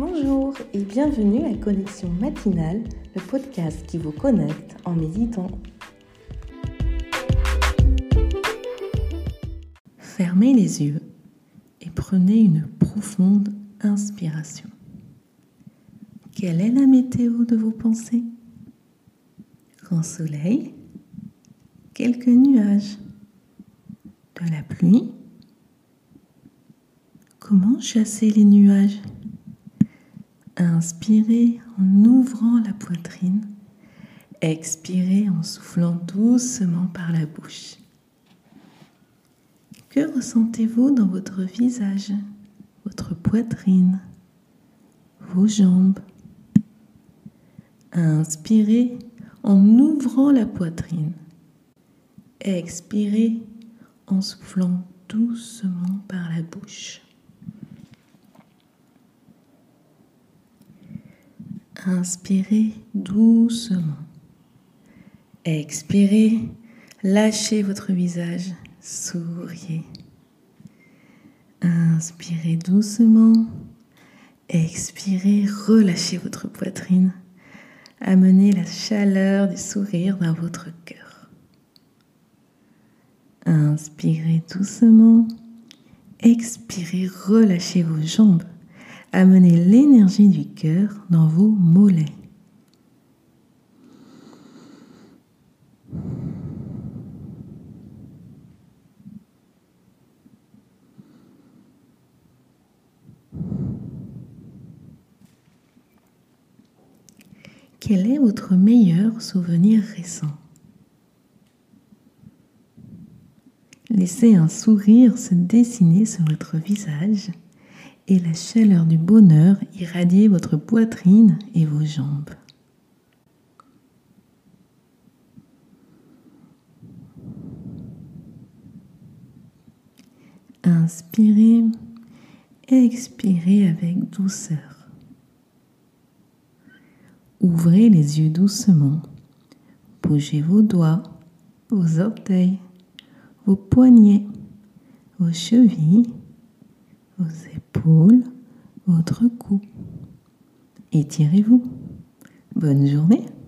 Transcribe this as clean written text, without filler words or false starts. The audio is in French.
Bonjour et bienvenue à Connexion Matinale, le podcast qui vous connecte en méditant. Fermez les yeux et prenez une profonde inspiration. Quelle est la météo de vos pensées? Grand soleil, quelques nuages, de la pluie. Comment chasser les nuages? Inspirez en ouvrant la poitrine, expirez en soufflant doucement par la bouche. Que ressentez-vous dans votre visage, votre poitrine, vos jambes? Inspirez en ouvrant la poitrine, expirez en soufflant doucement par la bouche. Inspirez doucement. Expirez, lâchez votre visage, souriez. Inspirez doucement. Expirez, relâchez votre poitrine. Amenez la chaleur du sourire dans votre cœur. Inspirez doucement. Expirez, relâchez vos jambes. Amenez l'énergie du cœur dans vos mollets. Quel est votre meilleur souvenir récent? Laissez un sourire se dessiner sur votre visage et la chaleur du bonheur irradier votre poitrine et vos jambes. Inspirez, expirez avec douceur. Ouvrez les yeux doucement. Bougez vos doigts, vos orteils, vos poignets, vos chevilles, vos épaules, votre cou. Étirez-vous. Bonne journée.